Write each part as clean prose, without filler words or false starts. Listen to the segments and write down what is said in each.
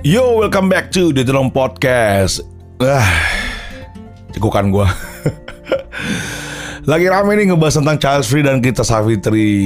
Yo, welcome back to The Drone Podcast. Cekukan gue. Lagi rame nih ngebahas tentang child free dan Gita Savitri.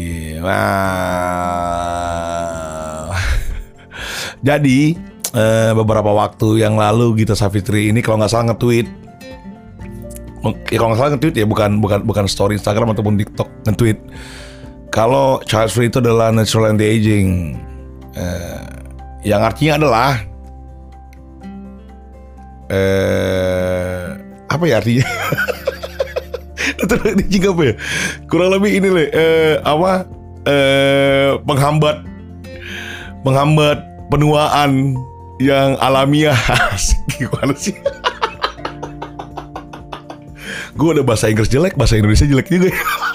Jadi beberapa waktu yang lalu Gita Savitri ini kalau nggak salah nge-tweet. Kalau nggak salah nge-tweet ya, bukan story Instagram ataupun TikTok, nge-tweet kalau child free itu adalah natural anti-aging. Yang artinya adalah apa ya artinya? Natural anti-aging apa ya? Kurang lebih ini menghambat penuaan yang alamiah. Gimana sih? Gue udah bahasa Inggris jelek, bahasa Indonesia jelek juga.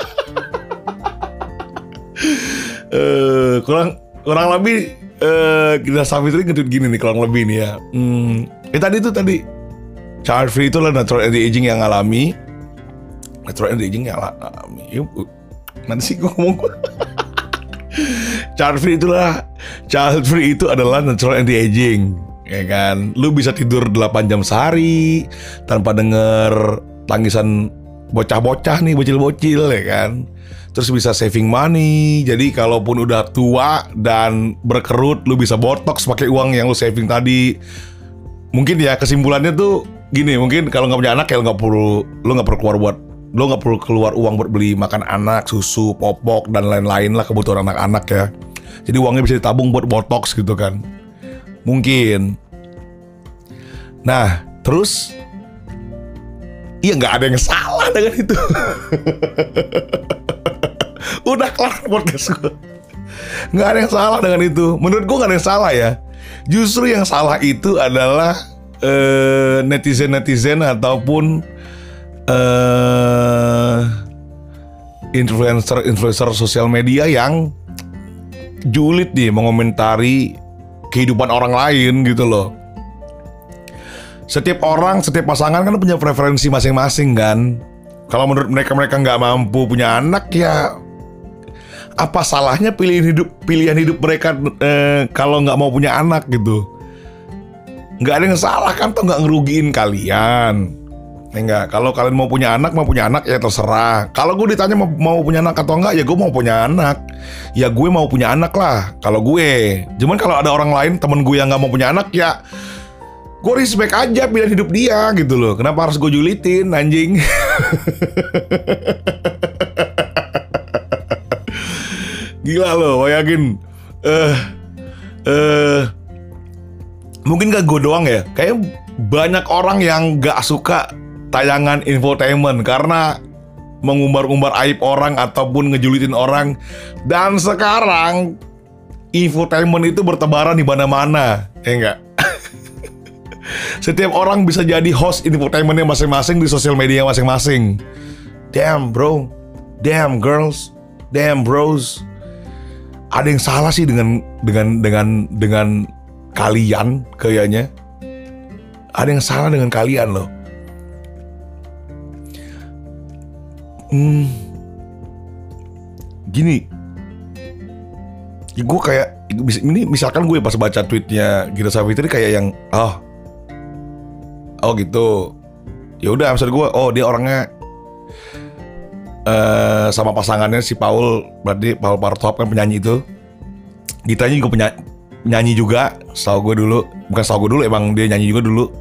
Kurang lebih Gita Savitri nge-tweet gini nih, kurang lebih nih ya. Tadi child free itu adalah natural anti-aging yang alami. Natural anti-aging yang alami. Nanti sih gue ngomong. Child free itu adalah natural anti-aging, ya kan? Lu bisa tidur 8 jam sehari tanpa denger tangisan bocah-bocah nih, bocil-bocil, ya kan? Terus bisa saving money. Jadi kalaupun udah tua dan berkerut, lu bisa botox pakai uang yang lu saving tadi. Mungkin ya kesimpulannya tuh gini, mungkin kalau nggak punya anak ya lu nggak perlu keluar uang buat beli makan anak, susu, popok dan lain-lain lah kebutuhan anak-anak ya. Jadi uangnya bisa ditabung buat botox gitu kan. Mungkin. Nah, terus iya nggak ada yang salah dengan itu. Udah kelar podcast gue. Nggak ada yang salah dengan itu. Menurut gue nggak ada yang salah ya. Justru yang salah itu adalah netizen ataupun influencer sosial media yang julid nih mengomentari kehidupan orang lain gitu loh. Setiap orang, setiap pasangan kan punya preferensi masing-masing kan. Kalau menurut mereka nggak mampu punya anak, ya apa salahnya pilihan hidup mereka kalau nggak mau punya anak gitu. Nggak ada yang salah kan, atau nggak ngerugiin kalian. Enggak, kalau kalian mau punya anak ya terserah. Kalau gue ditanya mau punya anak atau enggak, ya gue mau punya anak. Ya gue mau punya anak lah kalau gue. Cuman kalau ada orang lain, temen gue yang nggak mau punya anak, ya gue respect aja pilihan hidup dia gitu loh. Kenapa harus gue julitin, anjing? Gila loh, bayangin. Mungkin gak gue doang ya. Kayak banyak orang yang gak suka tayangan infotainment karena mengumbar-umbar aib orang ataupun ngejulitin orang. Dan sekarang infotainment itu bertebaran di mana-mana, ya enggak? Setiap orang bisa jadi host infotainmentnya masing-masing di sosial media masing-masing. Damn bro, damn girls, damn bros. Ada yang salah sih dengan kalian kayaknya. Ada yang salah dengan kalian loh. Gini, gue kayak ini misalkan gue pas baca tweetnya Gita Savitri kayak yang oh gitu. Ya udah, maksud gue, oh dia orangnya sama pasangannya si Paul, berarti Paul Partop kan penyanyi itu. Gitanya juga penyanyi juga, setahu gue dulu. Bukan setahu gue dulu, emang dia nyanyi juga dulu.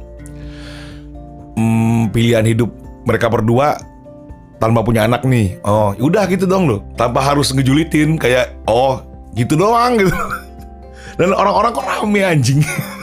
Pilihan hidup mereka berdua tanpa punya anak nih. Oh, udah gitu dong loh. Tanpa harus ngejulitin kayak oh, gitu doang gitu. Dan orang-orang kok rame anjing.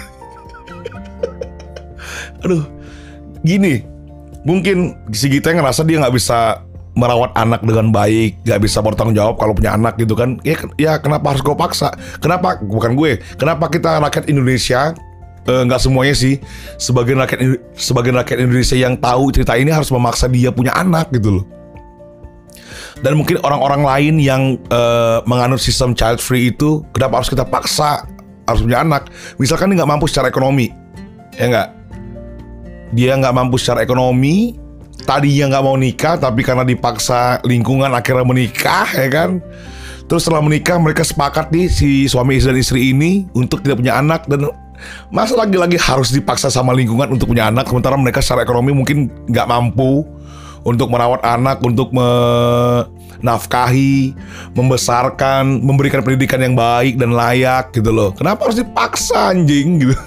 Aduh. Gini, mungkin si Gita ngerasa dia nggak bisa merawat anak dengan baik, nggak bisa bertanggung jawab kalau punya anak gitu kan. Ya kenapa harus gue paksa? Kenapa, bukan gue, kenapa kita rakyat Indonesia, nggak semuanya sih, sebagian rakyat Indonesia yang tahu cerita ini harus memaksa dia punya anak gitu loh. Dan mungkin orang-orang lain yang menganut sistem child free itu, kenapa harus kita paksa harus punya anak? Misalkan dia nggak mampu secara ekonomi, ya nggak? Dia nggak mampu secara ekonomi, tadinya nggak mau nikah tapi karena dipaksa lingkungan akhirnya menikah, ya kan? Terus setelah menikah mereka sepakat nih si suami dan istri ini untuk tidak punya anak, dan masa lagi-lagi harus dipaksa sama lingkungan untuk punya anak, sementara mereka secara ekonomi mungkin nggak mampu untuk merawat anak, untuk menafkahi, membesarkan, memberikan pendidikan yang baik dan layak gitu loh. Kenapa harus dipaksa anjing gitu?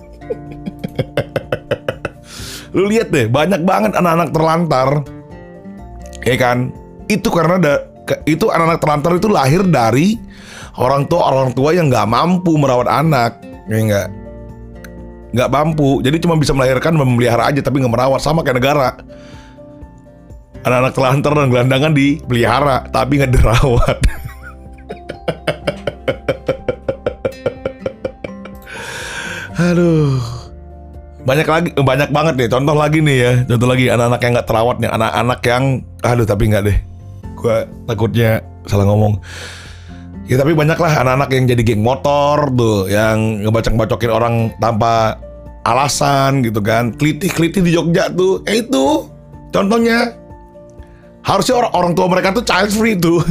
Lu lihat deh, banyak banget anak-anak terlantar, ya kan? Itu karena itu anak-anak terlantar itu lahir dari orang tua yang nggak mampu merawat anak, ya nggak mampu. Jadi cuma bisa melahirkan, memelihara aja, tapi nggak merawat. Sama kayak negara, anak-anak terlantar dan gelandangan dipelihara, tapi nggak dirawat. Aduh. Banyak banget nih. Contoh lagi nih ya. Contoh lagi anak-anak yang nggak terawat nih. Anak-anak yang tapi nggak deh. Gua takutnya salah ngomong. Ya tapi banyak lah anak-anak yang jadi geng motor tuh, yang ngebacok-bacokin orang tanpa alasan gitu kan. Kelitih-kelitih di Jogja tuh. Itu contohnya. Harusnya orang tua mereka tuh child free tuh.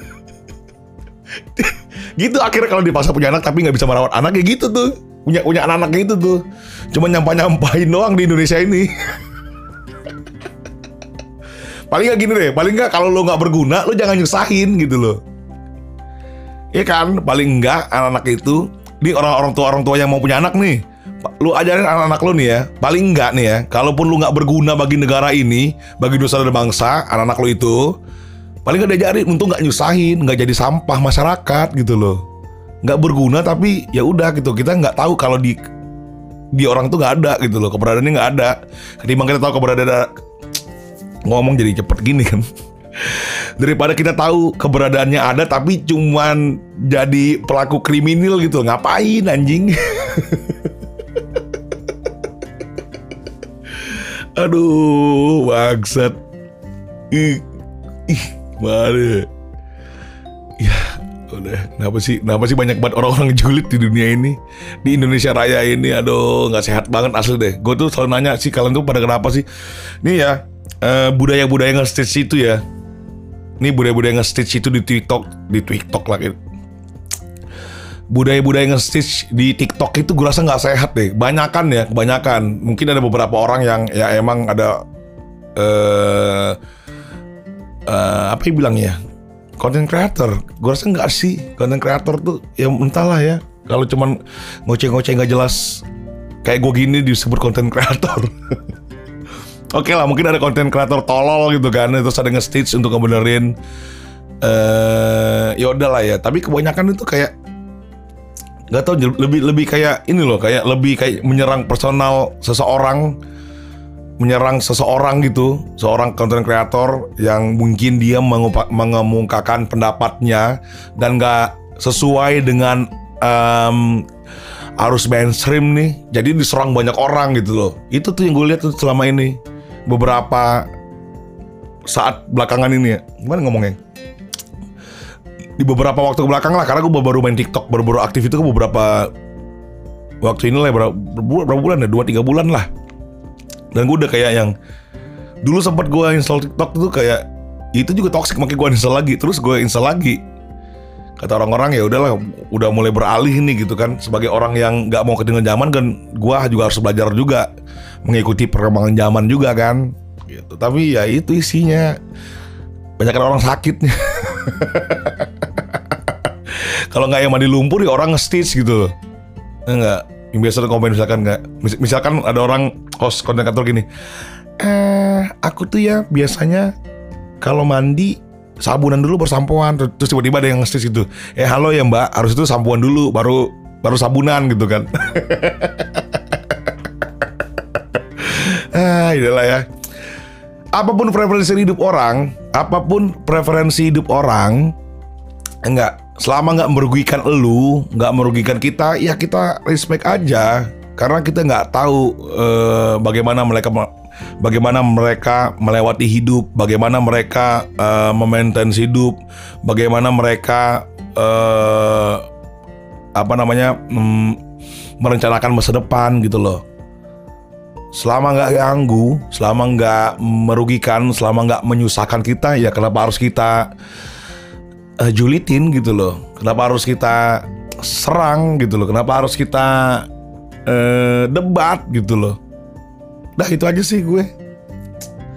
Gitu akhirnya kalau dipaksa punya anak tapi nggak bisa merawat anak, ya gitu tuh. Punya anak-anak gitu tuh. Cuma nyampahin doang di Indonesia ini. Paling nggak gini deh, paling nggak kalau lo nggak berguna, lo jangan nyusahin gitu loh. Iya kan, paling nggak anak-anak itu, di orang tua yang mau punya anak nih, lo ajarin anak-anak lo nih ya, paling nggak nih ya, kalaupun lo nggak berguna bagi negara ini, bagi nusa dan bangsa, anak-anak lo itu, paling nggak diajarin untuk nggak nyusahin, nggak jadi sampah masyarakat gitu loh. Nggak berguna tapi ya udah gitu, kita nggak tahu kalau di orang tuh nggak ada gitu loh, keberadaannya nggak ada. Ketimbang kita tahu keberadaan, ngomong jadi cepet gini kan, daripada kita tahu keberadaannya ada tapi cuman jadi pelaku kriminal gitu, ngapain anjing? Aduh, bangsat. Mana? Ya, udah. Kenapa sih banyak banget orang-orang julid di dunia ini, di Indonesia Raya ini? Aduh, nggak sehat banget asli deh. Gue tuh selalu nanya sih, kalian tuh pada kenapa sih? Nih ya, budaya-budaya nge-stitch itu ya. Nih budaya-budaya nge-stitch itu di TikTok lagi. Budaya-budaya nge-stitch di TikTok itu gue rasa nggak sehat deh. Kebanyakan. Mungkin ada beberapa orang yang ya emang ada apa yang bilangnya, content creator. Gue rasa nggak sih, content creator tuh ya entahlah ya. Kalau cuman ngoceh-ngoceh nggak jelas kayak gue gini disebut content creator. Oke lah, mungkin ada content creator tolol gitu kan, terus ada nge-stitch untuk ngebenerin. Ya udahlah ya. Tapi kebanyakan itu kayak nggak tahu, lebih kayak ini loh, kayak lebih kayak menyerang personal seseorang gitu, seorang content creator yang mungkin dia mengemukakan pendapatnya dan nggak sesuai dengan arus mainstream nih, jadi diserang banyak orang gitu loh. Itu tuh yang gue lihat tuh selama ini, beberapa saat belakangan ini ya, gimana ngomongnya? Di beberapa waktu belakang lah, karena gue baru main TikTok, baru aktif itu beberapa waktu ini lah, berapa bulan ya, 2-3 bulan lah. Dan gue udah kayak yang dulu sempat gue install TikTok tuh kayak itu juga toxic, makanya gue install lagi, terus gue install lagi. Kata orang-orang ya udahlah, udah mulai beralih nih gitu kan, sebagai orang yang nggak mau ketinggalan zaman kan, gue juga harus belajar juga mengikuti perkembangan zaman juga kan, gitu. Tapi ya itu isinya banyak orang sakitnya. Kalau nggak yang mandi lumpur ya orang nge-stitch gitu loh. Enggak, yang biasa komen misalkan ada orang host konten kantor gini, aku tuh ya biasanya kalau mandi sabunan dulu baru sampoan. Terus tiba-tiba ada yang nge-stitch gitu, halo ya mbak, harus itu sampoan dulu baru sabunan gitu kan. Inilah ya. Apapun preferensi hidup orang, enggak, selama nggak merugikan elu, nggak merugikan kita, ya kita respect aja. Karena kita nggak tahu bagaimana mereka melewati hidup, bagaimana mereka memaintain hidup, bagaimana mereka merencanakan masa depan gitu loh. Selama nggak ganggu, selama nggak merugikan, selama nggak menyusahkan kita, ya kenapa harus kita julitin gitu loh? Kenapa harus kita serang gitu loh? Kenapa harus kita debat gitu loh? Dah itu aja sih gue.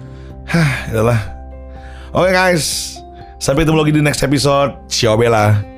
Udahlah. Oke guys, sampai ketemu lagi di next episode. Ciao Bella.